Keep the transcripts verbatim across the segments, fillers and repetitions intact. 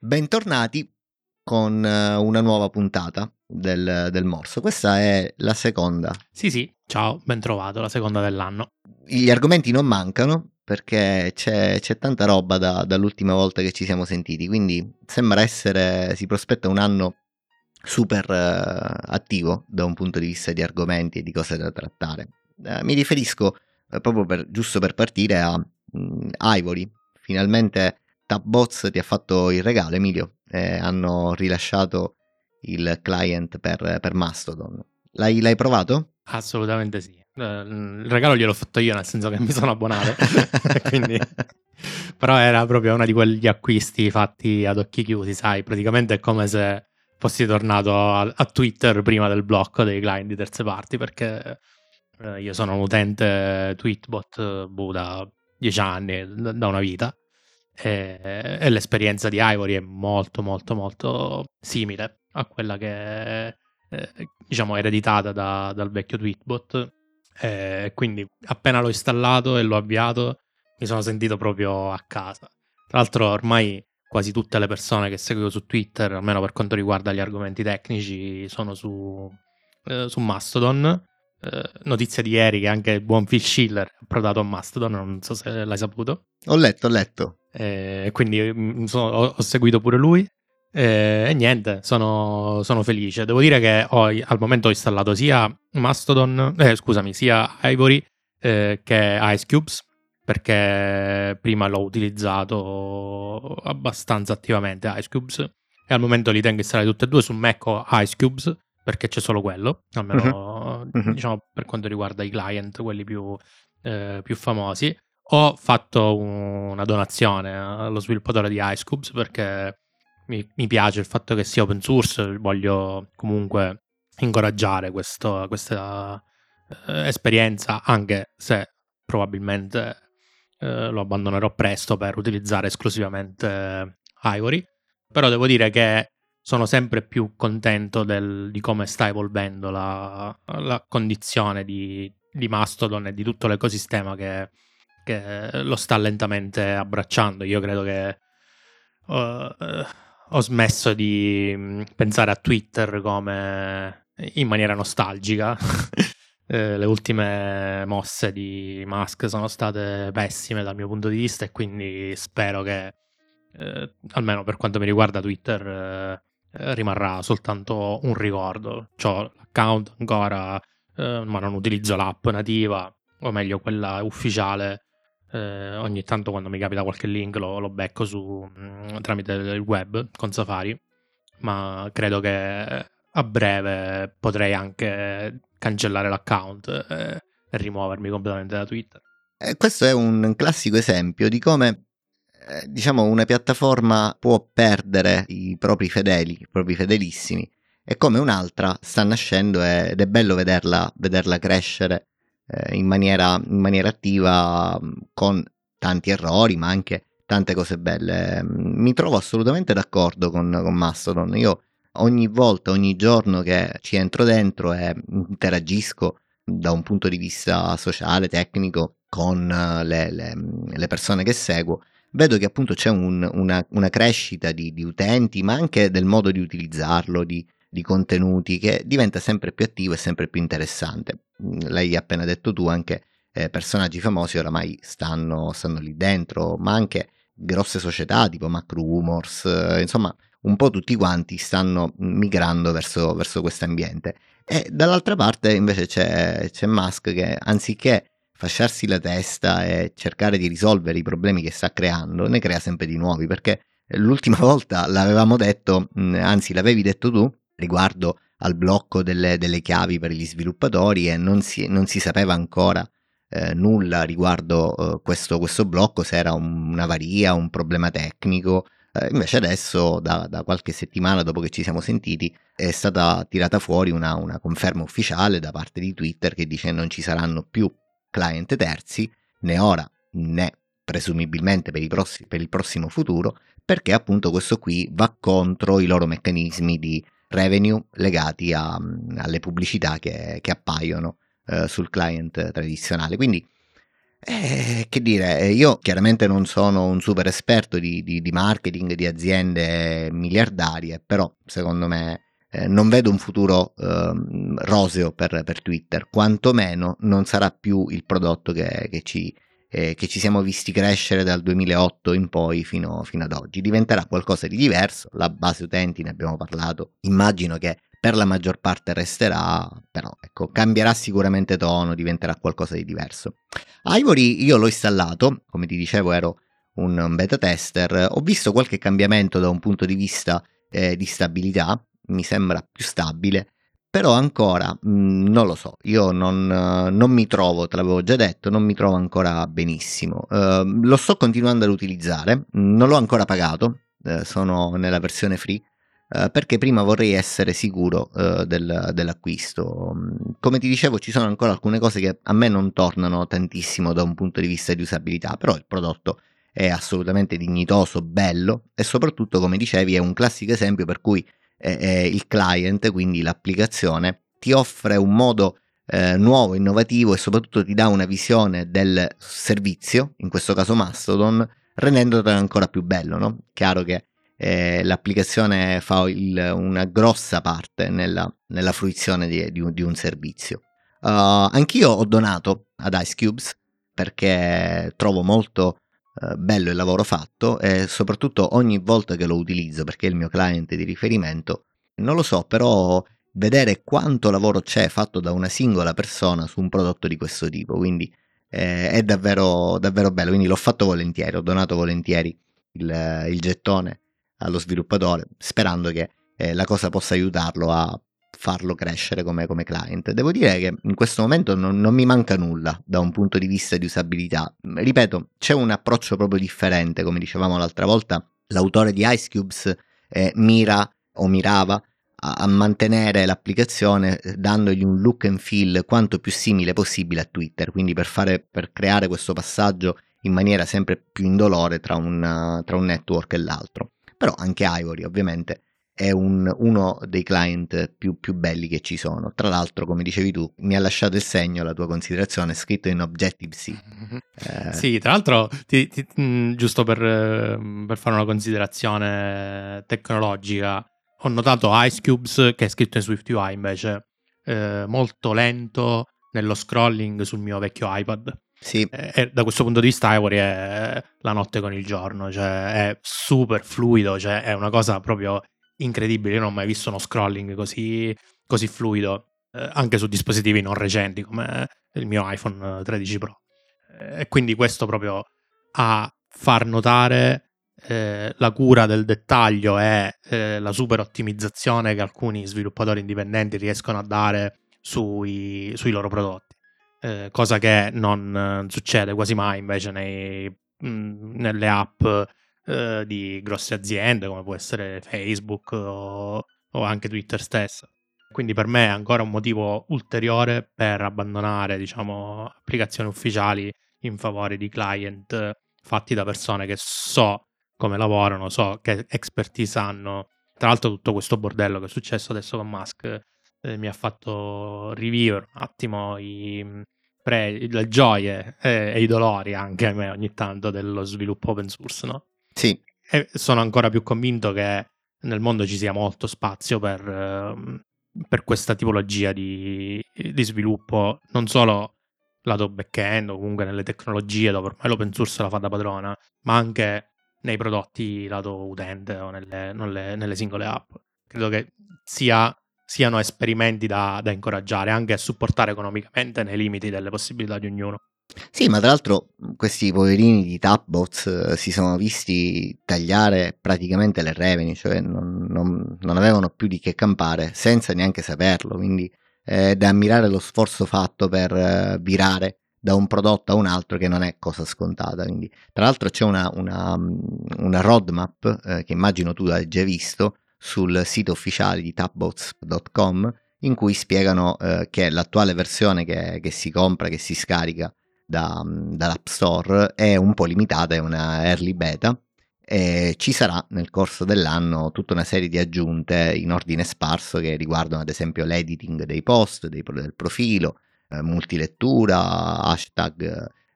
Bentornati con eh, una nuova puntata del, del Morso. Questa è la seconda. Sì, sì, ciao, ben trovato, la seconda dell'anno. Gli argomenti non mancano perché c'è, c'è tanta roba da- dall'ultima volta che ci siamo sentiti, quindi sembra essere, si prospetta un anno super eh, attivo da un punto di vista di argomenti e di cose da trattare. Eh, mi riferisco eh, proprio per, giusto per partire a mh, Ivory. Finalmente Tabbots ti ha fatto il regalo, Emilio. Eh, hanno rilasciato il client per, per Mastodon. L'hai, l'hai provato? Assolutamente sì. Eh, il regalo gliel'ho fatto io, nel senso che mi sono abbonato. Quindi... Però era proprio uno di quegli acquisti fatti ad occhi chiusi, sai. Praticamente è come se fossi tornato a, a Twitter prima del blocco dei client di terze parti, perché eh, io sono un utente Tweetbot eh, boh, da dieci anni, da da una vita. E, e l'esperienza di Ivory è molto molto molto simile a quella che eh, diciamo ereditata da- dal vecchio Tweetbot. E quindi appena l'ho installato e l'ho avviato mi sono sentito proprio a casa. Tra l'altro ormai quasi tutte le persone che seguo su Twitter, almeno per quanto riguarda gli argomenti tecnici, sono su, eh, su Mastodon. Eh, notizia di ieri che anche il buon Phil Schiller è approdato a Mastodon, non so se l'hai saputo. Ho letto, ho letto. E quindi mm, so- ho, ho seguito pure lui. E, e niente, sono, sono felice. Devo dire che ho, al momento ho installato sia Mastodon, eh, scusami, sia Ivory eh, che Ice Cubes, perché prima l'ho utilizzato abbastanza attivamente Ice Cubes e al momento li tengo installati tutti e due. Su Mac ho Ice Cubes perché c'è solo quello, almeno Mhm. diciamo per quanto riguarda i client, quelli più, eh, più famosi. Ho fatto un- una donazione allo sviluppatore di Ice Cubes perché mi, mi piace il fatto che sia open source, voglio comunque incoraggiare questo- questa eh, esperienza, anche se probabilmente eh, lo abbandonerò presto per utilizzare esclusivamente Ivory. Però devo dire che sono sempre più contento del- di come sta evolvendo la, la condizione di, di Mastodon e di tutto l'ecosistema che, che lo sta lentamente abbracciando. Io credo che uh, eh, ho smesso di mh, pensare a Twitter come in maniera nostalgica. Eh, le ultime mosse di Musk sono state pessime dal mio punto di vista e quindi spero che, eh, almeno per quanto mi riguarda, Twitter eh, eh, rimarrà soltanto un ricordo. C'ho l'account ancora, eh, ma non utilizzo l'app nativa, o meglio quella ufficiale. Eh, ogni tanto quando mi capita qualche link lo, lo becco su, mh, tramite il web con Safari, ma credo che a breve potrei anche cancellare l'account e, e rimuovermi completamente da Twitter. Eh, questo è un classico esempio di come, eh, diciamo, una piattaforma può perdere i propri fedeli, i propri fedelissimi, e come un'altra sta nascendo ed è bello vederla, vederla crescere eh, in maniera, in maniera attiva, mh, con tanti errori, ma anche tante cose belle. Mi trovo assolutamente d'accordo con, con Mastodon. Io ogni volta, ogni giorno che ci entro dentro e interagisco da un punto di vista sociale, tecnico, con eh, le, le, le persone che seguo, vedo che appunto c'è un, una, una crescita di, di utenti, ma anche del modo di utilizzarlo, di, di contenuti, che diventa sempre più attivo e sempre più interessante. L'hai appena detto tu, anche eh, personaggi famosi oramai stanno, stanno lì dentro, ma anche grosse società tipo MacRumors, eh, insomma un po' tutti quanti stanno migrando verso, verso questo ambiente. E dall'altra parte invece c'è, c'è Musk che, anziché fasciarsi la testa e cercare di risolvere i problemi che sta creando, ne crea sempre di nuovi, perché l'ultima volta l'avevamo detto, anzi l'avevi detto tu, riguardo al blocco delle, delle chiavi per gli sviluppatori, e non si, non si sapeva ancora eh, nulla riguardo eh, questo, questo blocco, se era un, un'avaria, un problema tecnico. Eh, invece adesso, da, da qualche settimana dopo che ci siamo sentiti, è stata tirata fuori una, una conferma ufficiale da parte di Twitter che dice non ci saranno più client terzi, né ora né presumibilmente per, i prossi, per il prossimo futuro, perché appunto questo qui va contro i loro meccanismi di revenue legati a, alle pubblicità che, che appaiono eh, sul client tradizionale. Quindi Eh, che dire, io chiaramente non sono un super esperto di, di, di marketing di aziende miliardarie, però secondo me eh, non vedo un futuro eh, roseo per, per Twitter, quantomeno non sarà più il prodotto che, che, ci, eh, che ci siamo visti crescere dal duemilaotto in poi fino, fino ad oggi. Diventerà qualcosa di diverso, la base utenti ne abbiamo parlato, immagino che per la maggior parte resterà, però ecco, cambierà sicuramente tono, diventerà qualcosa di diverso. Ivory io l'ho installato, come ti dicevo ero un beta tester, ho visto qualche cambiamento da un punto di vista eh, di stabilità, mi sembra più stabile, però ancora mh, non lo so, io non, uh, non mi trovo, te l'avevo già detto, non mi trovo ancora benissimo, uh, lo sto continuando ad utilizzare, non l'ho ancora pagato, uh, sono nella versione free, Uh, perché prima vorrei essere sicuro uh, del, dell'acquisto. Come ti dicevo, ci sono ancora alcune cose che a me non tornano tantissimo da un punto di vista di usabilità, però il prodotto è assolutamente dignitoso, bello e soprattutto, come dicevi, è un classico esempio per cui eh, eh, il client, quindi l'applicazione, ti offre un modo eh, nuovo, innovativo e soprattutto ti dà una visione del servizio, in questo caso Mastodon, rendendolo ancora più bello, no? Chiaro che Eh, l'applicazione fa il, una grossa parte nella, nella fruizione di, di, un, di un servizio. Uh, anch'io ho donato ad IceCubes perché trovo molto uh, bello il lavoro fatto e soprattutto ogni volta che lo utilizzo, perché è il mio client di riferimento, non lo so, però vedere quanto lavoro c'è fatto da una singola persona su un prodotto di questo tipo, quindi eh, è davvero, davvero bello, quindi l'ho fatto volentieri, ho donato volentieri il, il gettone allo sviluppatore, sperando che eh, la cosa possa aiutarlo a farlo crescere come, come client. Devo dire che in questo momento non, non mi manca nulla da un punto di vista di usabilità. Ripeto, c'è un approccio proprio differente, come dicevamo l'altra volta. L'autore di IceCubes eh, mira o mirava a, a mantenere l'applicazione eh, dandogli un look and feel quanto più simile possibile a Twitter, quindi per, fare, per creare questo passaggio in maniera sempre più indolore tra un, tra un network e l'altro. Però anche Ivory ovviamente è un, uno dei client più, più belli che ci sono. Tra l'altro, come dicevi tu, mi ha lasciato il segno la tua considerazione, scritto in Objective-C. Eh... Sì, tra l'altro, ti, ti, mh, giusto per, per fare una considerazione tecnologica, ho notato IceCubes che è scritto in SwiftUI invece, eh, molto lento nello scrolling sul mio vecchio iPad. Sì. E da questo punto di vista Ivory è la notte con il giorno, cioè è super fluido, cioè è una cosa proprio incredibile. Io non ho mai visto uno scrolling così, così fluido, eh, anche su dispositivi non recenti come il mio iPhone tredici Pro. E quindi questo proprio a far notare eh, la cura del dettaglio e eh, la super ottimizzazione che alcuni sviluppatori indipendenti riescono a dare sui, sui loro prodotti. Eh, cosa che non eh, succede quasi mai invece nei, mh, nelle app eh, di grosse aziende come può essere Facebook o, o anche Twitter stessa. Quindi per me è ancora un motivo ulteriore per abbandonare, diciamo, applicazioni ufficiali in favore di client fatti da persone che so come lavorano, so che expertise hanno. Tra l'altro tutto questo bordello che è successo adesso con Musk Eh, mi ha fatto rivivere un attimo i, pre, le gioie eh, e i dolori anche a me ogni tanto dello sviluppo open source, no? Sì. E sono ancora più convinto che nel mondo ci sia molto spazio per, eh, per questa tipologia di, di sviluppo, non solo lato back-end o comunque nelle tecnologie dove ormai l'open source la fa da padrona, ma anche nei prodotti lato utente o nelle, nelle, nelle singole app. Credo che sia siano esperimenti da, da incoraggiare, anche a supportare economicamente nei limiti delle possibilità di ognuno. Sì, ma tra l'altro questi poverini di Tapbots eh, si sono visti tagliare praticamente le revenue, cioè non, non, non avevano più di che campare senza neanche saperlo, quindi è da ammirare lo sforzo fatto per eh, virare da un prodotto a un altro, che non è cosa scontata. Quindi, tra l'altro c'è una, una, una roadmap eh, che immagino tu hai già visto sul sito ufficiale di tapbots punto com, in cui spiegano eh, che l'attuale versione che, che si compra, che si scarica da, dall'App Store è un po' limitata, è una early beta, e ci sarà nel corso dell'anno tutta una serie di aggiunte in ordine sparso che riguardano ad esempio l'editing dei post, dei, del profilo, eh, multilettura, hashtag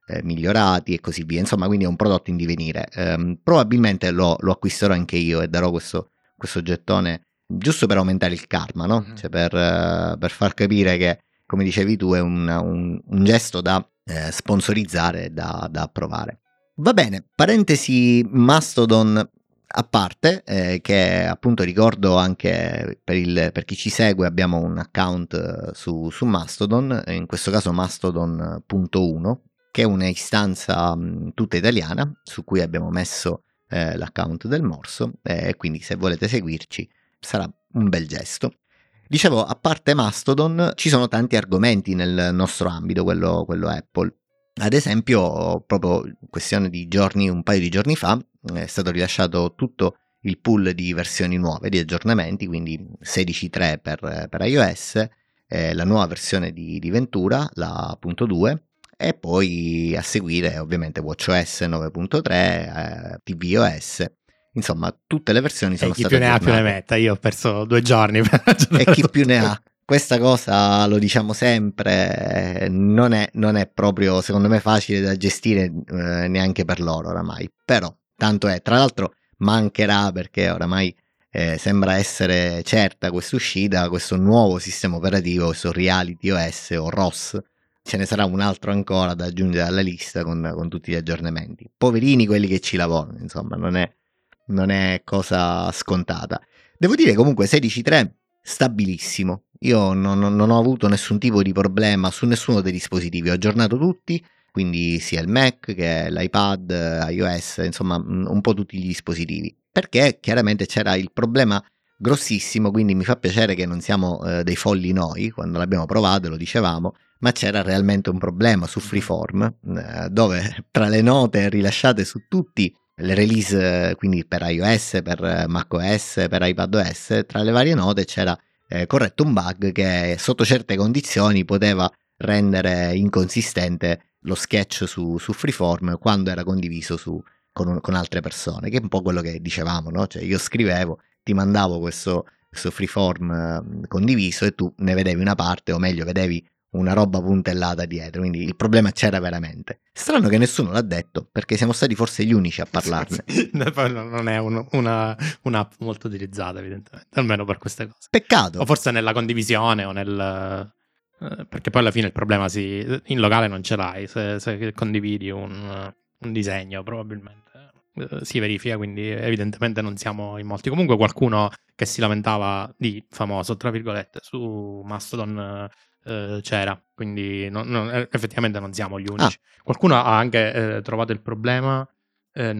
eh, migliorati e così via. Insomma, quindi è un prodotto in divenire. Um, probabilmente lo, lo acquisterò anche io e darò questo, questo gettone giusto per aumentare il karma, no? Mhm. Cioè per, uh, per far capire che, come dicevi tu, è un, un, un gesto da eh, sponsorizzare, da, da approvare. Va bene, parentesi Mastodon a parte, eh, che appunto ricordo anche per, il, per chi ci segue, abbiamo un account su, su Mastodon, in questo caso Mastodon punto uno, che è un'istanza mh, tutta italiana su cui abbiamo messo eh, l'account del Morso, e eh, quindi se volete seguirci sarà un bel gesto. Dicevo, a parte Mastodon, ci sono tanti argomenti nel nostro ambito, quello, quello Apple. Ad esempio, proprio in questione di giorni, un paio di giorni fa, è stato rilasciato tutto il pool di versioni nuove, di aggiornamenti, quindi sedici punto tre per, per iOS, eh, la nuova versione di, di Ventura, la punto due, e poi a seguire ovviamente WatchOS nove punto tre, eh, tvOS. Insomma, tutte le versioni sono E chi state più ne ha più ne aggiornate. metta. Io ho perso due giorni per aggiornare E chi più tutto. ne ha. Questa cosa lo diciamo sempre, non è, non è proprio secondo me facile da gestire eh, neanche per loro oramai, però tanto è. Tra l'altro mancherà, perché oramai eh, sembra essere certa questa uscita, questo nuovo sistema operativo, questo Reality O S o R O S. Ce ne sarà un altro ancora da aggiungere alla lista con, con tutti gli aggiornamenti. Poverini quelli che ci lavorano, insomma, non è, non è cosa scontata. Devo dire comunque sedici punto tre stabilissimo. Io non, non ho avuto nessun tipo di problema su nessuno dei dispositivi, ho aggiornato tutti, quindi sia il Mac che l'iPad, iOS, insomma un po' tutti gli dispositivi, perché chiaramente c'era il problema grossissimo, quindi mi fa piacere che non siamo eh, dei folli noi, quando l'abbiamo provato lo dicevamo, ma c'era realmente un problema su Freeform, eh, dove tra le note rilasciate su tutti le release, quindi per iOS, per macOS, per iPadOS, tra le varie note c'era eh, corretto un bug che sotto certe condizioni poteva rendere inconsistente lo sketch su, su Freeform quando era condiviso su, con, con altre persone, che è un po' quello che dicevamo, no? Cioè io scrivevo, ti mandavo questo, questo Freeform eh, condiviso e tu ne vedevi una parte, o meglio vedevi una roba puntellata dietro, quindi il problema c'era veramente. Strano che nessuno l'ha detto, perché siamo stati forse gli unici a parlarne. Non è un, una, un'app molto utilizzata, evidentemente, almeno per queste cose. Peccato. O forse nella condivisione o nel... Eh, perché poi alla fine il problema si, in locale non ce l'hai, se, se condividi un, un disegno probabilmente eh, si verifica, quindi evidentemente non siamo in molti. Comunque qualcuno che si lamentava di famoso, tra virgolette, su Mastodon eh, c'era, quindi non, non, effettivamente non siamo gli unici. Ah. Qualcuno ha anche eh, trovato il problema eh,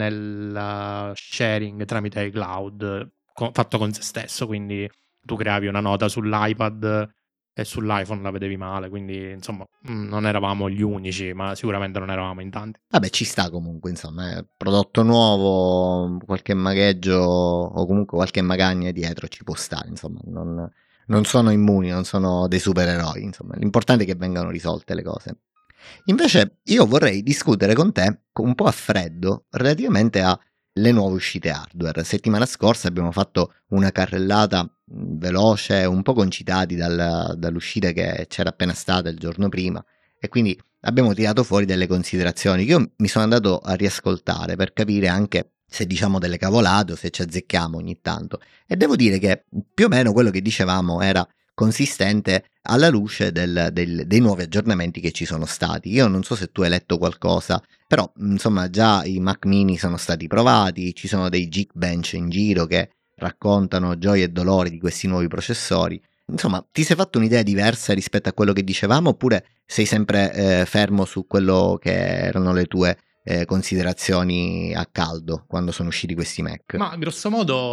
nel sharing tramite iCloud con, fatto con se stesso, quindi tu creavi una nota sull'iPad e sull'iPhone la vedevi male, quindi insomma non eravamo gli unici, ma sicuramente non eravamo in tanti. Vabbè, ci sta comunque, insomma, è prodotto nuovo, qualche magheggio o comunque qualche magagna dietro ci può stare, insomma, non, non sono immuni, non sono dei supereroi, insomma, l'importante è che vengano risolte le cose. Invece io vorrei discutere con te un po' a freddo relativamente alle nuove uscite hardware. Settimana scorsa abbiamo fatto una carrellata veloce, un po' concitati dal, dall'uscita che c'era appena stata il giorno prima, e quindi abbiamo tirato fuori delle considerazioni che io mi sono andato a riascoltare per capire anche se diciamo delle cavolate o se ci azzecchiamo ogni tanto, e devo dire che più o meno quello che dicevamo era consistente alla luce del, del, dei nuovi aggiornamenti che ci sono stati. Io non so se tu hai letto qualcosa, però insomma già i Mac mini sono stati provati, ci sono dei Geekbench in giro che raccontano gioie e dolori di questi nuovi processori. Insomma, ti sei fatto un'idea diversa rispetto a quello che dicevamo, oppure sei sempre eh, fermo su quello che erano le tue eh, considerazioni a caldo quando sono usciti questi Mac? Ma grosso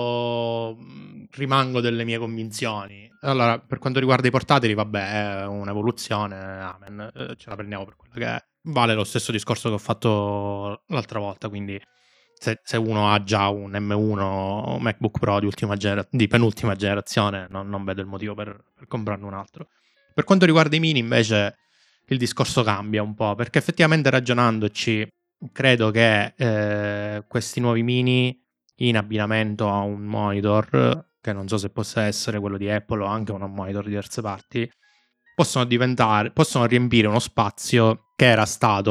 modo rimango delle mie convinzioni. Allora, per quanto riguarda i portatili, vabbè, è un'evoluzione, amen, eh, ce la prendiamo per quello che è. Vale lo stesso discorso che ho fatto l'altra volta, quindi se, se uno ha già un M uno o MacBook Pro di, ultima genera- di penultima generazione, non, non vedo il motivo per, per comprarne un altro. Per quanto riguarda i mini, invece, il discorso cambia un po', perché effettivamente ragionandoci, credo che eh, questi nuovi mini in abbinamento a un monitor, che non so se possa essere quello di Apple o anche un monitor di terze parti, possono diventare, possono riempire uno spazio che era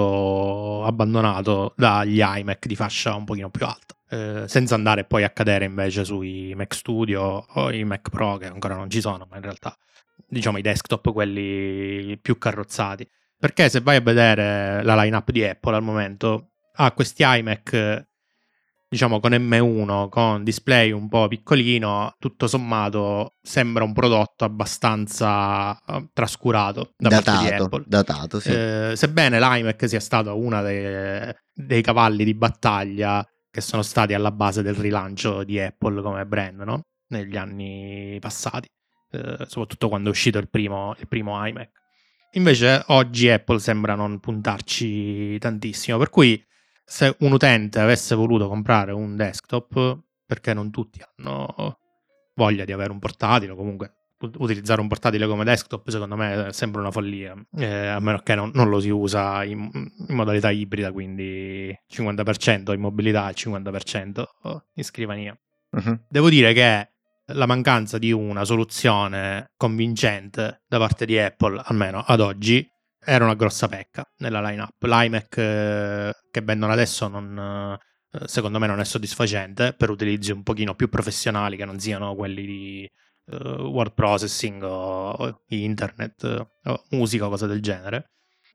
stato abbandonato dagli iMac di fascia un pochino più alta, eh, senza andare poi a cadere invece sui Mac Studio o i Mac Pro, che ancora non ci sono, ma in realtà diciamo i desktop quelli più carrozzati. Perché se vai a vedere la lineup di Apple al momento, ha questi iMac diciamo con M uno, con display un po' piccolino, tutto sommato sembra un prodotto abbastanza uh, trascurato da datato, parte di Apple. Datato, sì. Eh, sebbene l'iMac sia stato uno dei, dei cavalli di battaglia che sono stati alla base del rilancio di Apple come brand, no? Negli anni passati, eh, soprattutto quando è uscito il primo, il primo iMac. Invece oggi Apple sembra non puntarci tantissimo, per cui se un utente avesse voluto comprare un desktop, perché non tutti hanno voglia di avere un portatile, o comunque utilizzare un portatile come desktop secondo me sembra una follia, eh, a meno che non, non lo si usa in, in modalità ibrida, quindi cinquanta per cento in mobilità e cinquanta per cento in scrivania. Uh-huh. Devo dire che la mancanza di una soluzione convincente da parte di Apple, almeno ad oggi, era una grossa pecca nella lineup. L'iMac eh, che vendono adesso non, eh, secondo me non è soddisfacente per utilizzi un pochino più professionali che non siano quelli di eh, word processing o, o internet o musica o cose del genere.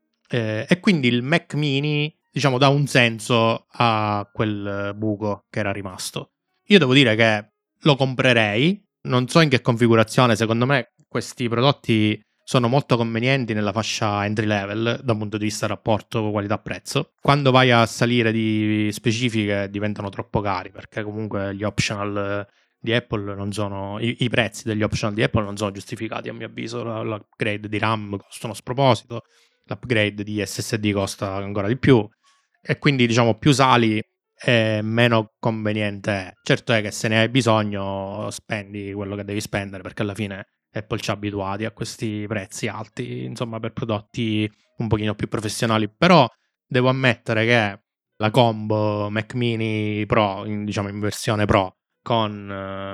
Eh, e quindi il Mac Mini, diciamo, dà un senso a quel buco che era rimasto. Io devo dire che lo comprerei, non so in che configurazione. Secondo me questi prodotti sono molto convenienti nella fascia entry level da un punto di vista rapporto qualità-prezzo. Quando vai a salire di specifiche diventano troppo cari, perché comunque gli optional di Apple non sono, i, i prezzi degli optional di Apple non sono giustificati a mio avviso. L'upgrade di RAM costa uno sproposito, l'upgrade di S S D costa ancora di più, e quindi diciamo più sali e meno conveniente è. Certo è che se ne hai bisogno spendi quello che devi spendere, perché alla fine Apple ci ha abituati a questi prezzi alti, insomma, per prodotti un pochino più professionali. Però devo ammettere che la combo Mac Mini Pro, in, diciamo in versione Pro, con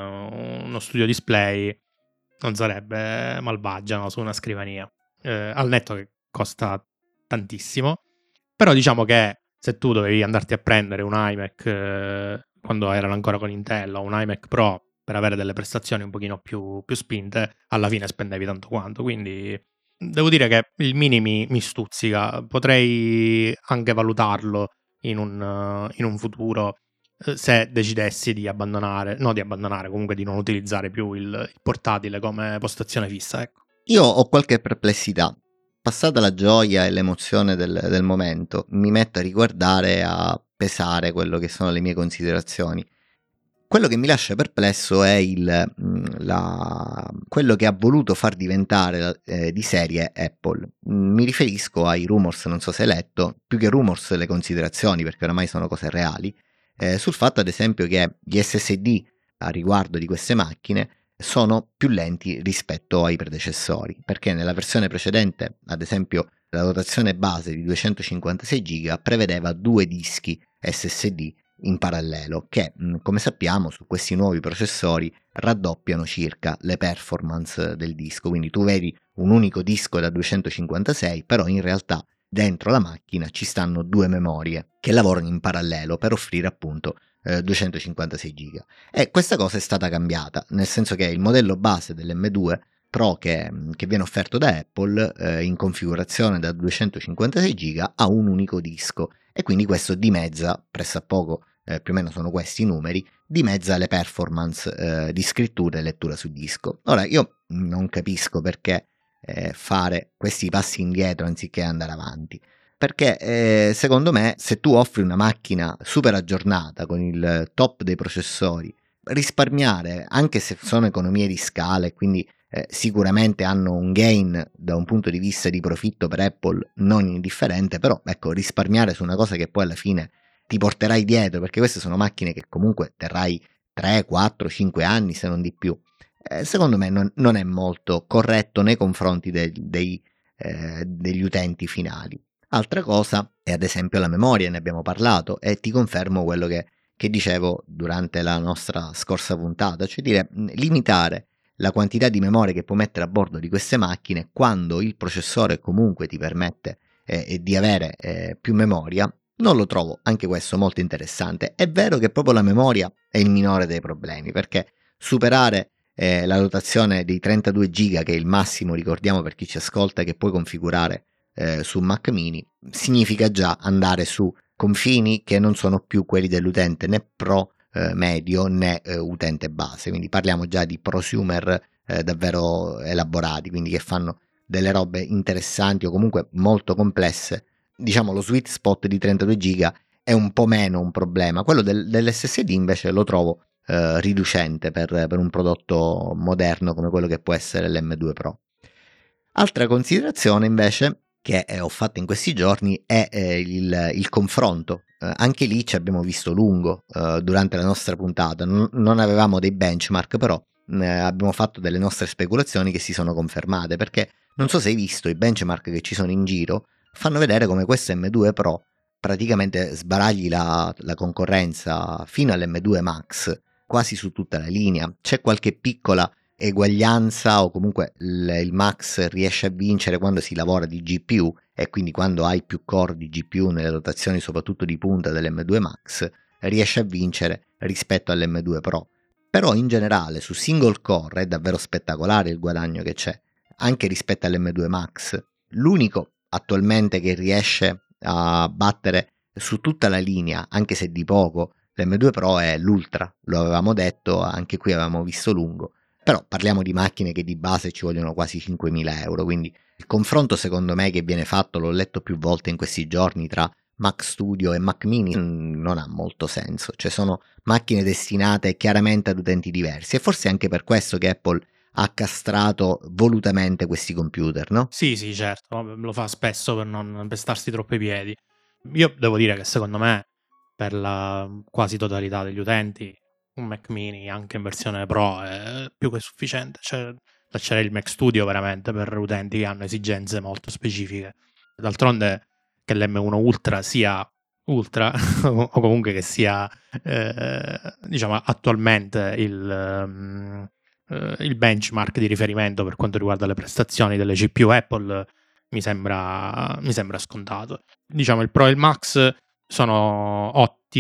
uh, uno studio display non sarebbe malvagia, no, su una scrivania, eh, al netto che costa tantissimo. Però diciamo che se tu dovevi andarti a prendere un iMac eh, quando erano ancora con Intel, o un iMac Pro per avere delle prestazioni un pochino più, più spinte, alla fine spendevi tanto quanto. Quindi devo dire che il Mini mi, mi stuzzica. Potrei anche valutarlo in un, uh, in un futuro, uh, se decidessi di abbandonare, no di abbandonare, comunque di non utilizzare più il, il portatile come postazione fissa, ecco. Io ho qualche perplessità. Passata la gioia e l'emozione del, del momento, mi metto a riguardare, a pesare quello che sono le mie considerazioni. Quello che mi lascia perplesso è il, la, quello che ha voluto far diventare eh, di serie Apple. Mi riferisco ai rumors, non so se hai letto, più che rumors le considerazioni, perché oramai sono cose reali, eh, sul fatto ad esempio che gli S S D a riguardo di queste macchine sono più lenti rispetto ai predecessori, perché nella versione precedente, ad esempio, la dotazione base di duecentocinquantasei giga prevedeva due dischi S S D in parallelo che, come sappiamo, su questi nuovi processori raddoppiano circa le performance del disco. Quindi tu vedi un unico disco da duecentocinquantasei, però in realtà dentro la macchina ci stanno due memorie che lavorano in parallelo per offrire appunto eh, duecentocinquantasei giga. E questa cosa è stata cambiata, nel senso che il modello base dell'M due Pro che, che viene offerto da Apple eh, in configurazione da duecentocinquantasei giga ha un unico disco, e quindi questo dimezza pressappoco, eh, più o meno sono questi i numeri, dimezza le performance eh, di scrittura e lettura su disco. Ora io non capisco perché eh, fare questi passi indietro anziché andare avanti, perché eh, secondo me se tu offri una macchina super aggiornata con il top dei processori, risparmiare, anche se sono economie di scala e quindi eh, sicuramente hanno un gain da un punto di vista di profitto per Apple non indifferente, però ecco, risparmiare su una cosa che poi alla fine ti porterai dietro, perché queste sono macchine che comunque terrai tre, quattro, cinque anni se non di più, eh, secondo me non, non è molto corretto nei confronti de, dei, eh, degli utenti finali. Altra cosa è ad esempio la memoria, ne abbiamo parlato, e ti confermo quello che, che dicevo durante la nostra scorsa puntata, cioè dire limitare la quantità di memoria che può mettere a bordo di queste macchine, quando il processore comunque ti permette eh, di avere eh, più memoria, non lo trovo anche questo molto interessante. È vero che proprio la memoria è il minore dei problemi, perché superare eh, la dotazione dei trentadue giga, che è il massimo, ricordiamo per chi ci ascolta, che puoi configurare eh, su Mac mini, significa già andare su confini che non sono più quelli dell'utente né pro eh, medio né eh, utente base, quindi parliamo già di prosumer eh, davvero elaborati, quindi che fanno delle robe interessanti o comunque molto complesse. Diciamo lo sweet spot di trentadue giga è un po' meno un problema, quello del, dell'S S D invece lo trovo eh, riducente per, per un prodotto moderno come quello che può essere l'M due Pro. Altra considerazione invece che eh, ho fatto in questi giorni è eh, il, il confronto. Eh, anche lì ci abbiamo visto lungo eh, durante la nostra puntata, non, non avevamo dei benchmark, però eh, abbiamo fatto delle nostre speculazioni che si sono confermate, perché non so se hai visto i benchmark che ci sono in giro, fanno vedere come questo M due Pro praticamente sbaragli la, la concorrenza fino all'M due Max quasi su tutta la linea. C'è qualche piccola eguaglianza o comunque il, il Max riesce a vincere quando si lavora di G P U, e quindi quando hai più core di G P U nelle dotazioni soprattutto di punta dell'M due Max riesce a vincere rispetto all'M due Pro. Però in generale su single core è davvero spettacolare il guadagno che c'è anche rispetto all'M due Max. L'unico attualmente che riesce a battere su tutta la linea, anche se di poco, l'M due Pro è l'Ultra, lo avevamo detto, anche qui avevamo visto lungo, però parliamo di macchine che di base ci vogliono quasi cinquemila euro, quindi il confronto secondo me che viene fatto, l'ho letto più volte in questi giorni, tra Mac Studio e Mac Mini non ha molto senso, cioè sono macchine destinate chiaramente ad utenti diversi, e forse è anche per questo che Apple ha castrato volutamente questi computer, no? Sì, sì, certo, lo fa spesso per non pestarsi troppo i piedi. Io devo dire che secondo me, per la quasi totalità degli utenti, un Mac mini anche in versione Pro è più che sufficiente. Cioè, lascerei il Mac Studio veramente per utenti che hanno esigenze molto specifiche. D'altronde, che l'M uno Ultra sia Ultra o comunque che sia eh, diciamo attualmente il... Um, il benchmark di riferimento per quanto riguarda le prestazioni delle G P U Apple mi sembra, mi sembra scontato. Diciamo il Pro e il Max sono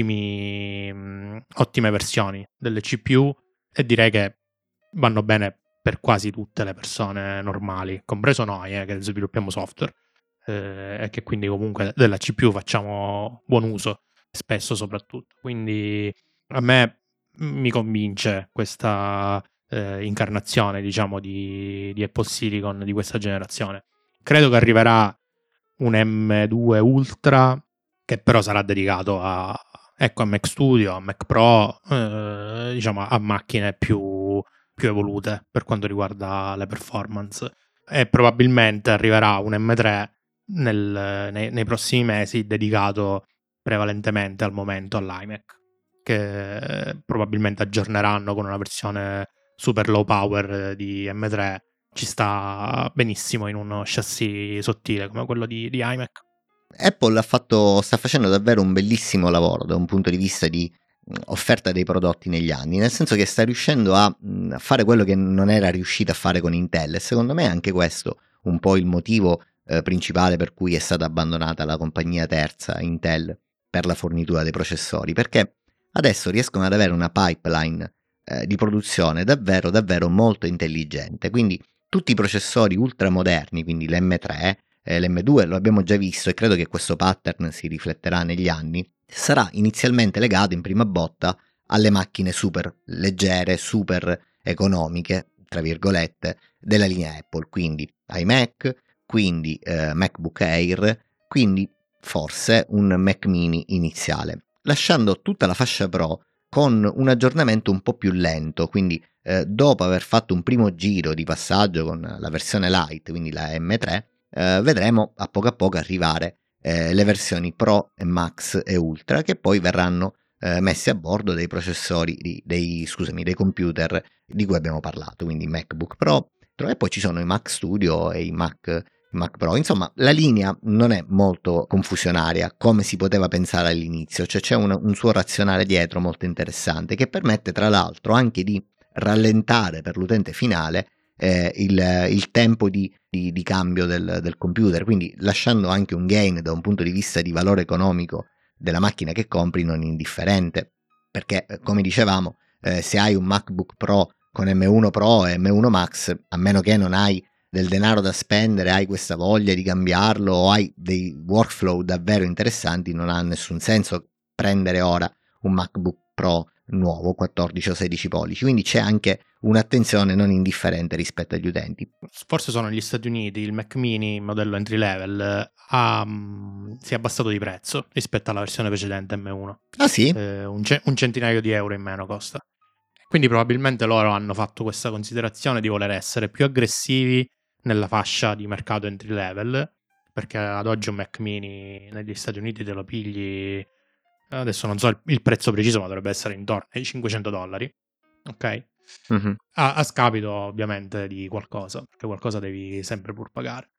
ottimi, ottime versioni delle C P U, e direi che vanno bene per quasi tutte le persone normali, compreso noi eh, che sviluppiamo software eh, e che quindi comunque della C P U facciamo buon uso, spesso soprattutto. Quindi a me mi convince questa Eh, incarnazione, diciamo, di, di Apple Silicon di questa generazione. Credo che arriverà un M due Ultra che però sarà dedicato a, ecco, a Mac Studio, a Mac Pro, eh, diciamo a macchine più, più evolute per quanto riguarda le performance, e probabilmente arriverà un M tre nel, nei, nei prossimi mesi dedicato prevalentemente al momento all'iMac, che probabilmente aggiorneranno con una versione super low power di M tre. Ci sta benissimo in uno chassis sottile come quello di, di iMac. Apple ha fatto, sta facendo davvero un bellissimo lavoro da un punto di vista di offerta dei prodotti negli anni, nel senso che sta riuscendo a, a fare quello che non era riuscito a fare con Intel, e secondo me è anche questo un po' il motivo eh, principale per cui è stata abbandonata la compagnia terza Intel per la fornitura dei processori, perché adesso riescono ad avere una pipeline eh, di produzione davvero davvero molto intelligente, quindi tutti i processori ultramoderni, quindi l'M tre, eh, l'M due lo abbiamo già visto, e credo che questo pattern si rifletterà negli anni, sarà inizialmente legato in prima botta alle macchine super leggere, super economiche, tra virgolette, della linea Apple, quindi iMac, quindi eh, MacBook Air, quindi forse un Mac mini iniziale, lasciando tutta la fascia Pro con un aggiornamento un po' più lento, quindi eh, dopo aver fatto un primo giro di passaggio con la versione Lite, quindi la M tre, eh, vedremo a poco a poco arrivare eh, le versioni Pro e Max e Ultra, che poi verranno eh, messi a bordo dei processori, di, dei, scusami, dei computer di cui abbiamo parlato, quindi MacBook Pro, e poi ci sono i Mac Studio e i Mac Mac Pro. Insomma, la linea non è molto confusionaria come si poteva pensare all'inizio, cioè c'è un, un suo razionale dietro molto interessante, che permette tra l'altro anche di rallentare per l'utente finale eh, il, il tempo di, di, di cambio del, del computer, quindi lasciando anche un gain da un punto di vista di valore economico della macchina che compri non indifferente, perché come dicevamo eh, se hai un MacBook Pro con M uno Pro e M uno Max, a meno che non hai del denaro da spendere, hai questa voglia di cambiarlo o hai dei workflow davvero interessanti, non ha nessun senso prendere ora un MacBook Pro nuovo quattordici o sedici pollici, quindi c'è anche un'attenzione non indifferente rispetto agli utenti. Forse sono negli Stati Uniti il Mac Mini modello entry level ha, um, si è abbassato di prezzo rispetto alla versione precedente M uno. Ah sì? Eh, un, ce- un centinaio di euro in meno costa. Quindi probabilmente loro hanno fatto questa considerazione di voler essere più aggressivi nella fascia di mercato entry level, perché ad oggi un Mac Mini negli Stati Uniti te lo pigli, adesso non so il, il prezzo preciso, ma dovrebbe essere intorno ai cinquecento dollari, ok? Mm-hmm. A, a scapito ovviamente di qualcosa, perché qualcosa devi sempre pur pagare.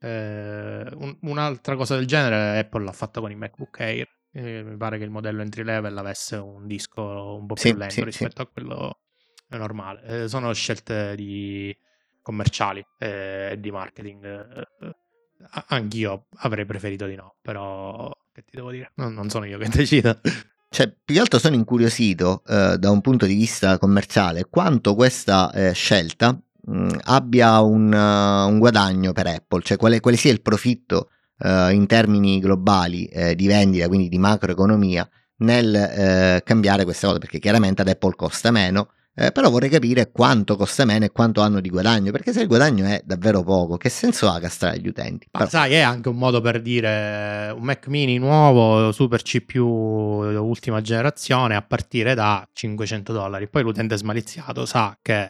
Eh, un, un'altra cosa del genere Apple l'ha fatta con i MacBook Air. Eh, mi pare che il modello entry level avesse un disco un po' sì, più lento sì, rispetto sì. a quello normale. Eh, sono scelte di commerciali e eh, di marketing. Eh, anch'io avrei preferito di no, però che ti devo dire? Non, non sono io che decido. Cioè, più che altro sono incuriosito eh, da un punto di vista commerciale quanto questa eh, scelta mh, abbia un, uh, un guadagno per Apple, cioè quale, quale sia il profitto uh, in termini globali eh, di vendita, quindi di macroeconomia, nel eh, cambiare questa cosa, perché chiaramente ad Apple costa meno, eh, però vorrei capire quanto costa meno e quanto hanno di guadagno, perché se il guadagno è davvero poco, che senso ha castrare gli utenti? Ma Però... sai, è anche un modo per dire un Mac Mini nuovo, super C P U ultima generazione, a partire da cinquecento dollari. Poi l'utente smaliziato sa che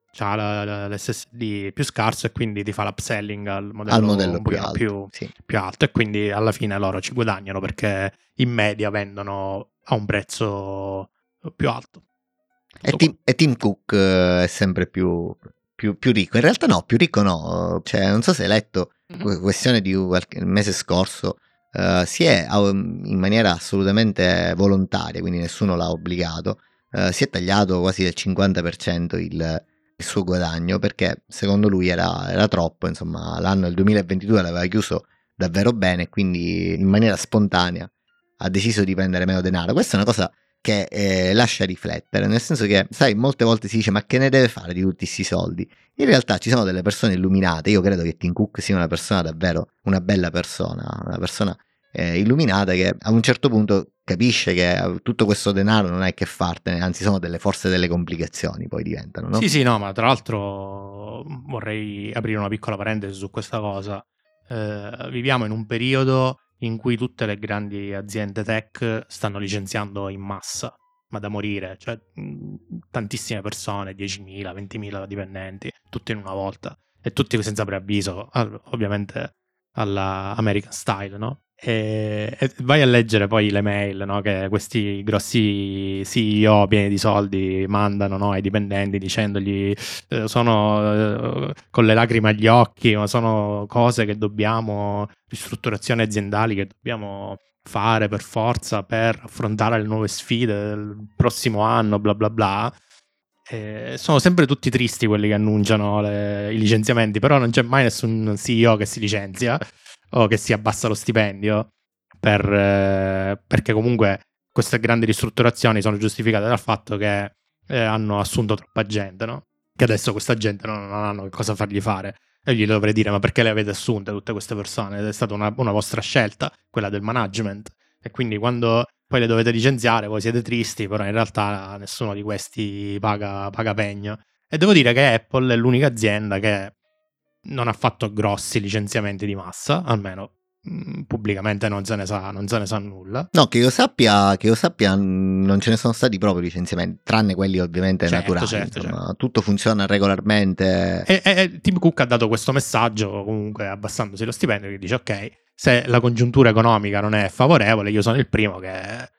ha l'S S D più scarso e quindi ti fa l'upselling al modello, al modello un più pochino alto, più, sì. più alto, e quindi alla fine loro ci guadagnano perché in media vendono a un prezzo più alto. E Tim, e Tim Cook uh, è sempre più, più, più ricco. In realtà no, più ricco no. Cioè, non so se hai letto, mm-hmm. questione di qualche il mese scorso, uh, si è in maniera assolutamente volontaria, quindi nessuno l'ha obbligato, uh, si è tagliato quasi del cinquanta per cento il, il suo guadagno, perché secondo lui era, era troppo, insomma, l'anno del duemilaventidue l'aveva chiuso davvero bene, quindi in maniera spontanea ha deciso di prendere meno denaro. Questa è una cosa che eh, lascia riflettere, nel senso che, sai, molte volte si dice ma che ne deve fare di tutti questi soldi? In realtà ci sono delle persone illuminate. Io credo che Tim Cook sia una persona davvero, una bella persona, una persona eh, illuminata, che a un certo punto capisce che tutto questo denaro non hai che fartene, anzi sono delle forze delle complicazioni, poi diventano, no? Sì, sì, no, ma tra l'altro vorrei aprire una piccola parentesi su questa cosa. Eh, viviamo in un periodo in cui tutte le grandi aziende tech stanno licenziando in massa, ma da morire, cioè mh, tantissime persone, diecimila, ventimila dipendenti, tutti in una volta, e tutti senza preavviso, ovviamente alla American style, no? E, e vai a leggere poi le mail, no, che questi grossi C E O pieni di soldi mandano, no, ai dipendenti dicendogli eh, sono eh, con le lacrime agli occhi, ma sono cose che dobbiamo, ristrutturazioni aziendali che dobbiamo fare per forza per affrontare le nuove sfide del prossimo anno, bla bla bla. Eh, sono sempre tutti tristi quelli che annunciano le, i licenziamenti, però non c'è mai nessun C E O che si licenzia o che si abbassa lo stipendio per, eh, perché comunque queste grandi ristrutturazioni sono giustificate dal fatto che eh, hanno assunto troppa gente, no? Che adesso questa gente non, non hanno che cosa fargli fare, e gli dovrei dire ma perché le avete assunte tutte queste persone? Ed è stata una, una vostra scelta, quella del management, e quindi quando poi le dovete licenziare voi siete tristi, però in realtà nessuno di questi paga, paga pegno. E devo dire che Apple è l'unica azienda che non ha fatto grossi licenziamenti di massa, almeno mh, pubblicamente non se ne sa, non se ne sa nulla. No, che io sappia, che io sappia non ce ne sono stati proprio licenziamenti, tranne quelli ovviamente certo, naturali, certo, insomma, certo. Tutto funziona regolarmente. E, e Tim Cook ha dato questo messaggio, comunque abbassandosi lo stipendio, che dice ok, se la congiuntura economica non è favorevole, io sono il primo che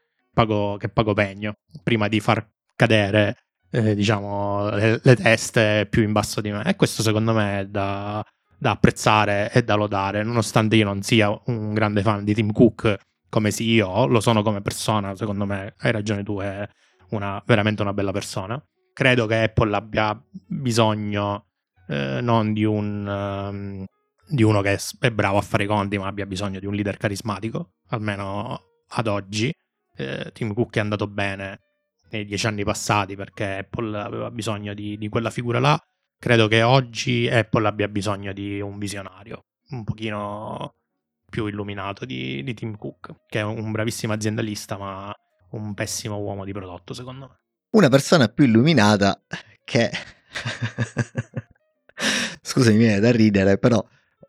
pago, che pago pegno, prima di far cadere Eh, diciamo le, le teste più in basso di me, e questo secondo me è da, da apprezzare e da lodare, nonostante io non sia un grande fan di Tim Cook come C E O, lo sono come persona, secondo me hai ragione tu, è una, veramente una bella persona. credo che Apple abbia bisogno eh, non di un um, di uno che è bravo a fare i conti, ma abbia bisogno di un leader carismatico, almeno ad oggi. eh, Tim Cook è andato bene nei dieci anni passati perché Apple aveva bisogno di, di quella figura là. Credo che oggi Apple abbia bisogno di un visionario un pochino più illuminato di, di Tim Cook, che è un bravissimo aziendalista ma un pessimo uomo di prodotto, secondo me. Una persona più illuminata che scusami, mi viene da ridere, però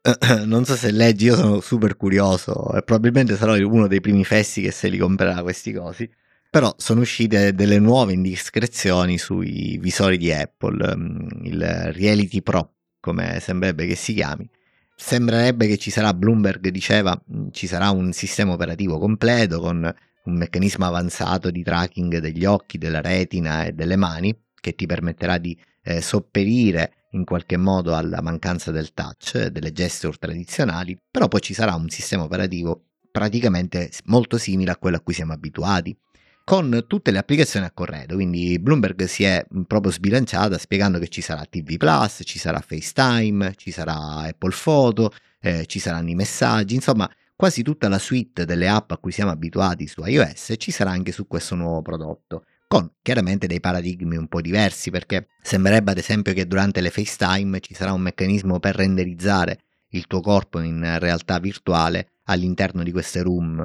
non so se leggi, io sono super curioso e probabilmente sarò uno dei primi fessi che se li comprerà questi cosi. Però sono uscite delle nuove indiscrezioni sui visori di Apple, il Reality Pro, come sembrerebbe che si chiami. Sembrerebbe che ci sarà, Bloomberg diceva, ci sarà un sistema operativo completo con un meccanismo avanzato di tracking degli occhi, della retina e delle mani, che ti permetterà di eh, sopperire in qualche modo alla mancanza del touch, delle gesture tradizionali, però poi ci sarà un sistema operativo praticamente molto simile a quello a cui siamo abituati, con tutte le applicazioni a corredo. Quindi Bloomberg si è proprio sbilanciata spiegando che ci sarà T V Plus, ci sarà FaceTime, ci sarà Apple Photo, eh, ci saranno i messaggi, insomma quasi tutta la suite delle app a cui siamo abituati su iOS ci sarà anche su questo nuovo prodotto, con chiaramente dei paradigmi un po' diversi, perché sembrerebbe ad esempio che durante le FaceTime ci sarà un meccanismo per renderizzare il tuo corpo in realtà virtuale all'interno di queste room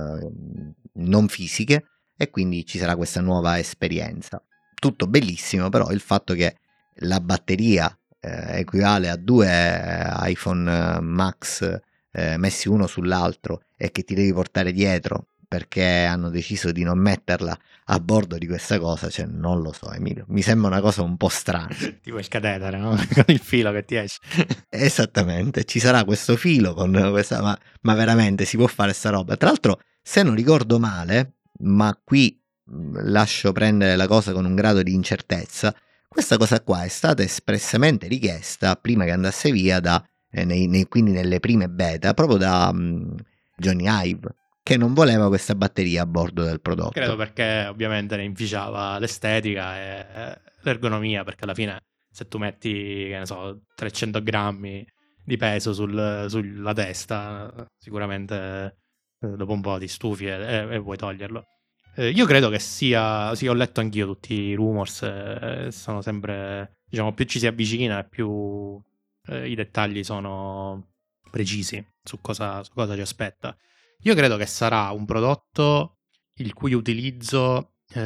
eh, non fisiche, e quindi ci sarà questa nuova esperienza. Tutto bellissimo, però il fatto che la batteria eh, equivale a due eh, iPhone Max eh, messi uno sull'altro e che ti devi portare dietro perché hanno deciso di non metterla a bordo di questa cosa, cioè non lo so Emilio, mi sembra una cosa un po' strana. Tipo il catetere, no? Con il filo che ti esce. Esattamente, ci sarà questo filo con questa, ma, ma veramente si può fare sta roba? Tra l'altro, se non ricordo male, ma qui lascio prendere la cosa con un grado di incertezza, questa cosa qua è stata espressamente richiesta prima che andasse via da, eh, nei, nei, quindi nelle prime beta, proprio da um, Johnny Ive, che non voleva questa batteria a bordo del prodotto. Credo perché ovviamente ne inficiava l'estetica e l'ergonomia, perché alla fine se tu metti, che ne so, trecento grammi di peso sul, sulla testa, sicuramente eh, dopo un po' ti stufi e, e vuoi toglierlo. Eh, io credo che sia, sì, ho letto anch'io tutti i rumors, eh, sono sempre, diciamo, più ci si avvicina e più eh, i dettagli sono precisi su cosa, su cosa ci aspetta. Io credo che sarà un prodotto il cui utilizzo eh,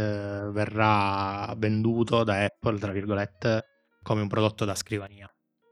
verrà venduto da Apple, tra virgolette, come un prodotto da scrivania.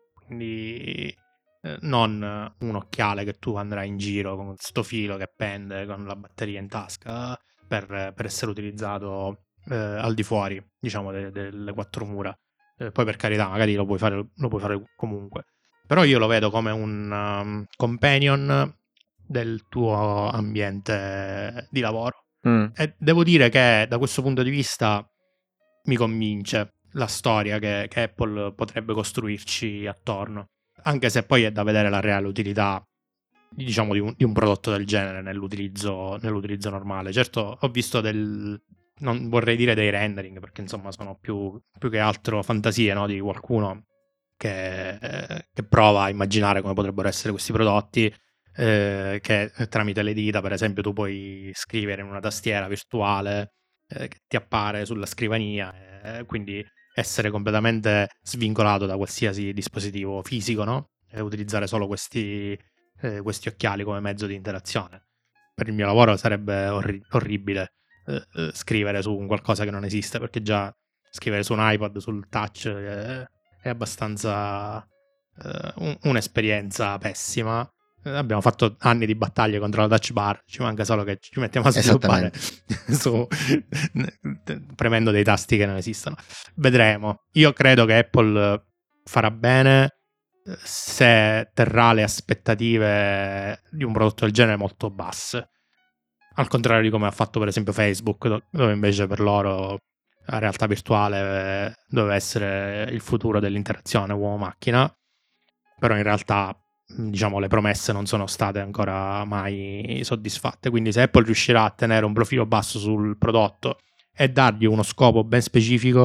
Quindi eh, non un occhiale che tu andrai in giro con sto filo che pende con la batteria in tasca per, per essere utilizzato eh, al di fuori, diciamo, de- delle quattro mura. Eh, poi per carità, magari lo puoi fare, lo puoi fare comunque. Però io lo vedo come un um, companion del tuo ambiente di lavoro. Mm. E devo dire che da questo punto di vista mi convince la storia che, che Apple potrebbe costruirci attorno, anche se poi è da vedere la reale utilità, diciamo, di un, di un prodotto del genere nell'utilizzo, nell'utilizzo normale. Certo, ho visto del, non vorrei dire dei rendering, perché insomma sono più, più che altro fantasie, no, di qualcuno che, eh, che prova a immaginare come potrebbero essere questi prodotti. Eh, che tramite le dita, per esempio, tu puoi scrivere in una tastiera virtuale eh, che ti appare sulla scrivania, eh, quindi essere completamente svincolato da qualsiasi dispositivo fisico, no? E utilizzare solo questi, eh, questi occhiali come mezzo di interazione. Per il mio lavoro sarebbe orri- orribile eh, eh, scrivere su un qualcosa che non esiste, perché già scrivere su un iPad, sul touch, eh, è abbastanza eh, un- un'esperienza pessima. Abbiamo fatto anni di battaglie contro la touch bar, ci manca solo che ci mettiamo a sviluppare su, premendo dei tasti che non esistono. Vedremo. Io credo che Apple farà bene se terrà le aspettative di un prodotto del genere molto basse, al contrario di come ha fatto per esempio Facebook, dove invece per loro la realtà virtuale doveva essere il futuro dell'interazione uomo-macchina, però in realtà, diciamo, le promesse non sono state ancora mai soddisfatte. Quindi se Apple riuscirà a tenere un profilo basso sul prodotto e dargli uno scopo ben specifico,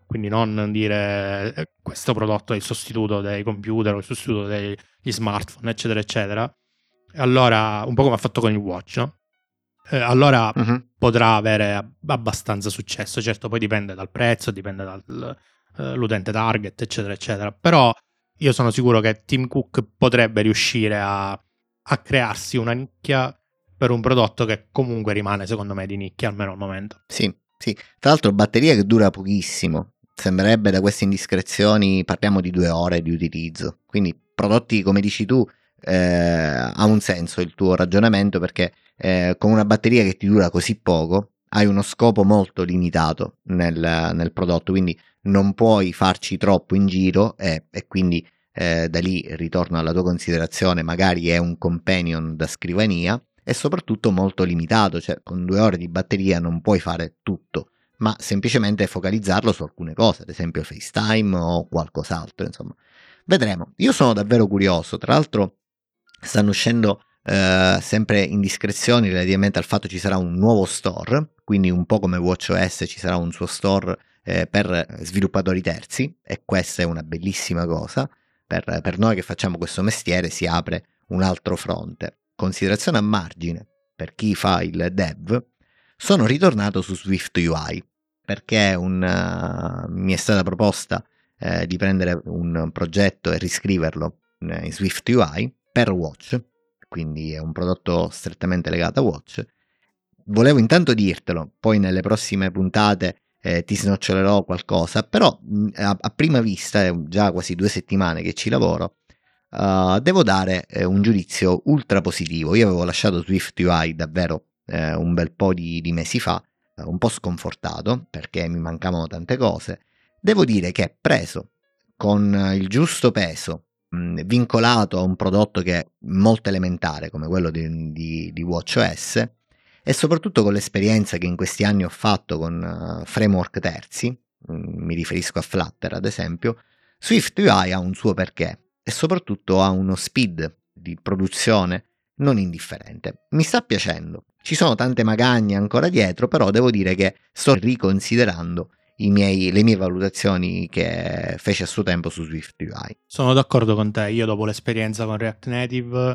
quindi non dire eh, questo prodotto è il sostituto dei computer o il sostituto degli smartphone, eccetera, eccetera. Allora, un po' come ha fatto con il Watch, no? Eh, allora Mhm. potrà avere abbastanza successo. Certo, poi dipende dal prezzo, dipende dall'utente target, eccetera, eccetera. Però io sono sicuro che Tim Cook potrebbe riuscire a, a crearsi una nicchia per un prodotto che comunque rimane, secondo me, di nicchia, almeno al momento. Sì, sì. Tra l'altro batteria che dura pochissimo. Sembrerebbe da queste indiscrezioni parliamo di due ore di utilizzo. Quindi prodotti, come dici tu, eh, ha un senso il tuo ragionamento, perché eh, con una batteria che ti dura così poco hai uno scopo molto limitato nel, nel prodotto, quindi non puoi farci troppo in giro e, e quindi eh, da lì ritorno alla tua considerazione, magari è un companion da scrivania e soprattutto molto limitato, cioè con due ore di batteria non puoi fare tutto, ma semplicemente focalizzarlo su alcune cose, ad esempio FaceTime o qualcos'altro, insomma. Vedremo. Io sono davvero curioso, tra l'altro stanno uscendo eh, sempre indiscrezioni relativamente al fatto che ci sarà un nuovo store, quindi un po' come WatchOS ci sarà un suo store eh, per sviluppatori terzi, e questa è una bellissima cosa. Per, per noi che facciamo questo mestiere si apre un altro fronte. Considerazione a margine, per chi fa il dev, sono ritornato su SwiftUI perché un, uh, mi è stata proposta uh, di prendere un progetto e riscriverlo in SwiftUI per Watch, quindi è un prodotto strettamente legato a Watch. Volevo intanto dirtelo, poi nelle prossime puntate eh, ti snocciolerò qualcosa, però mh, a, a prima vista, è già quasi due settimane che ci lavoro, Uh, devo dare eh, un giudizio ultra positivo. Io avevo lasciato SwiftUI davvero eh, un bel po' di, di mesi fa, eh, un po' sconfortato perché mi mancavano tante cose. Devo dire che preso con il giusto peso, mh, vincolato a un prodotto che è molto elementare come quello di, di, di WatchOS, e soprattutto con l'esperienza che in questi anni ho fatto con uh, framework terzi, mh, mi riferisco a Flutter ad esempio, SwiftUI ha un suo perché e soprattutto ha uno speed di produzione non indifferente. Mi sta piacendo. Ci sono tante magagne ancora dietro, però devo dire che sto riconsiderando i miei, le mie valutazioni che feci a suo tempo su SwiftUI. Sono d'accordo con te. Io dopo l'esperienza con React Native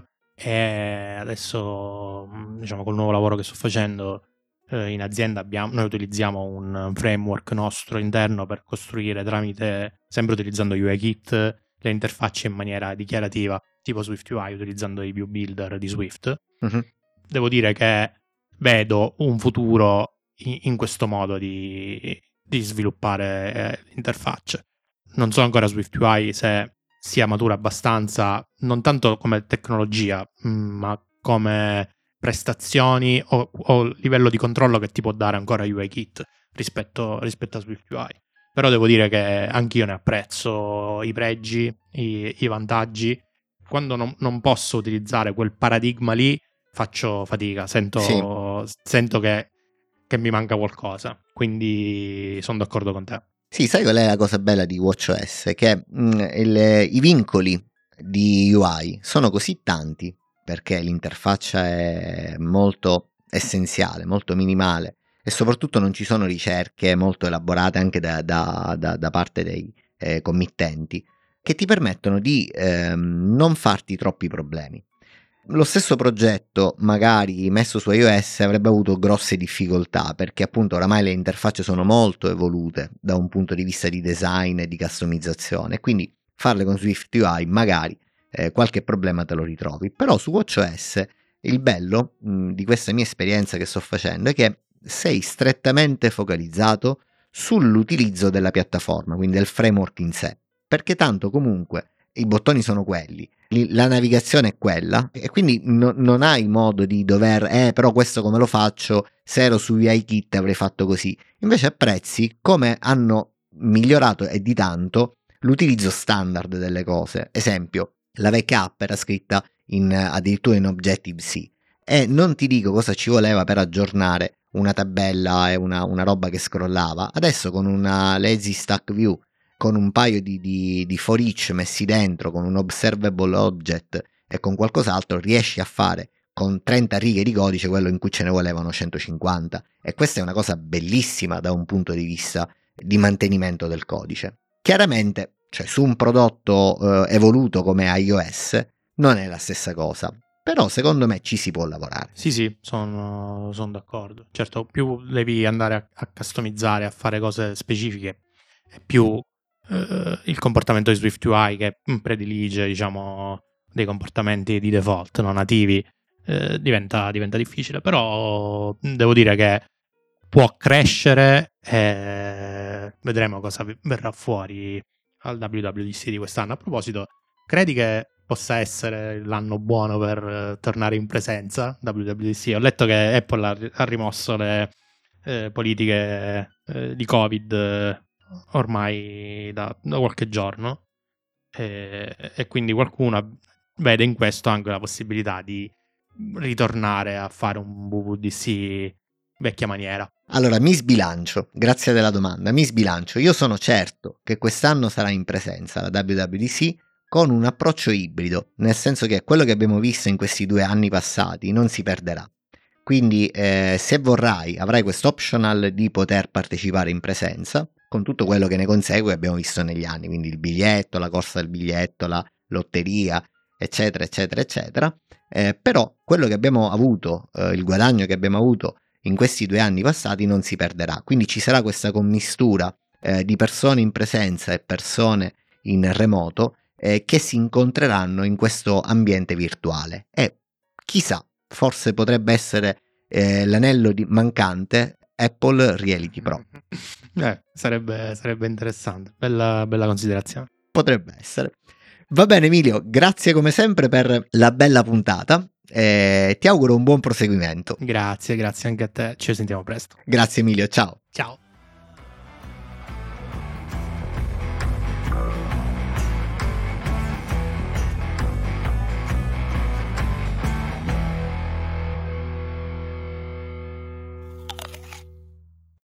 e adesso, diciamo, col nuovo lavoro che sto facendo eh, in azienda, abbiamo, noi utilizziamo un framework nostro interno per costruire tramite, sempre utilizzando UIKit, le interfacce in maniera dichiarativa, tipo SwiftUI, utilizzando i view builder di Swift. Mm-hmm. Devo dire che vedo un futuro in, in questo modo di, di sviluppare eh, interfacce. Non so ancora SwiftUI se sia matura abbastanza, non tanto come tecnologia, ma come prestazioni o, o livello di controllo che ti può dare ancora UIKit rispetto, rispetto a SwiftUI. Però devo dire che anch'io ne apprezzo i pregi, i, i vantaggi. Quando non, non posso utilizzare quel paradigma lì, faccio fatica, sento, sì. sento che, che mi manca qualcosa. Quindi sono d'accordo con te. Sì, sai qual è la cosa bella di WatchOS? Che mh, il, i vincoli di U I sono così tanti, perché l'interfaccia è molto essenziale, molto minimale, e soprattutto non ci sono ricerche molto elaborate anche da, da, da, da parte dei eh, committenti, che ti permettono di ehm, non farti troppi problemi. Lo stesso progetto, magari messo su iOS, avrebbe avuto grosse difficoltà, perché appunto oramai le interfacce sono molto evolute da un punto di vista di design e di customizzazione, quindi farle con SwiftUI magari eh, qualche problema te lo ritrovi. Però su WatchOS il bello mh, di questa mia esperienza che sto facendo è che sei strettamente focalizzato sull'utilizzo della piattaforma, quindi del framework in sé, perché tanto comunque i bottoni sono quelli, la navigazione è quella, e quindi no, non hai modo di dover, eh però questo come lo faccio, se ero su UIKit avrei fatto così. Invece apprezzi come hanno migliorato, e di tanto, l'utilizzo standard delle cose. Esempio, la vecchia app era scritta in, addirittura in Objective-C, e non ti dico cosa ci voleva per aggiornare una tabella e una, una roba che scrollava. Adesso con una lazy stack view, con un paio di, di, di for each messi dentro, con un observable object e con qualcos'altro, riesci a fare con trenta righe di codice quello in cui ce ne volevano centocinquanta, e questa è una cosa bellissima da un punto di vista di mantenimento del codice. Chiaramente, cioè, su un prodotto eh, evoluto come iOS non è la stessa cosa, però secondo me ci si può lavorare. Sì, sì, sono, sono d'accordo. Certo, più devi andare a, a customizzare, a fare cose specifiche, più eh, il comportamento di SwiftUI che predilige, diciamo, dei comportamenti di default non nativi, eh, diventa, diventa difficile, però devo dire che può crescere e vedremo cosa verrà fuori al W W D C di quest'anno. A proposito, credi che possa essere l'anno buono per uh, tornare in presenza W W D C? Ho letto che Apple ha, ha rimosso le eh, politiche eh, di Covid eh, ormai da, da qualche giorno e, e quindi qualcuno vede in questo anche la possibilità di ritornare a fare un W W D C vecchia maniera. Allora, mi sbilancio, grazie della domanda, mi sbilancio. Io sono certo che quest'anno sarà in presenza la W W D C con un approccio ibrido, nel senso che quello che abbiamo visto in questi due anni passati non si perderà. Quindi eh, se vorrai avrai questo optional di poter partecipare in presenza con tutto quello che ne consegue abbiamo visto negli anni, quindi il biglietto, la corsa del biglietto, la lotteria, eccetera, eccetera, eccetera. Eh, però quello che abbiamo avuto, eh, il guadagno che abbiamo avuto in questi due anni passati non si perderà, quindi ci sarà questa commistura eh, di persone in presenza e persone in remoto eh, che si incontreranno in questo ambiente virtuale e chissà, forse potrebbe essere eh, l'anello di mancante Apple Reality Pro. Eh, sarebbe, sarebbe interessante, bella, bella considerazione. Potrebbe essere. Va bene Emilio, grazie come sempre per la bella puntata. Eh, ti auguro un buon proseguimento. Grazie, grazie anche a te. Ci sentiamo presto. Grazie Emilio, ciao. Ciao.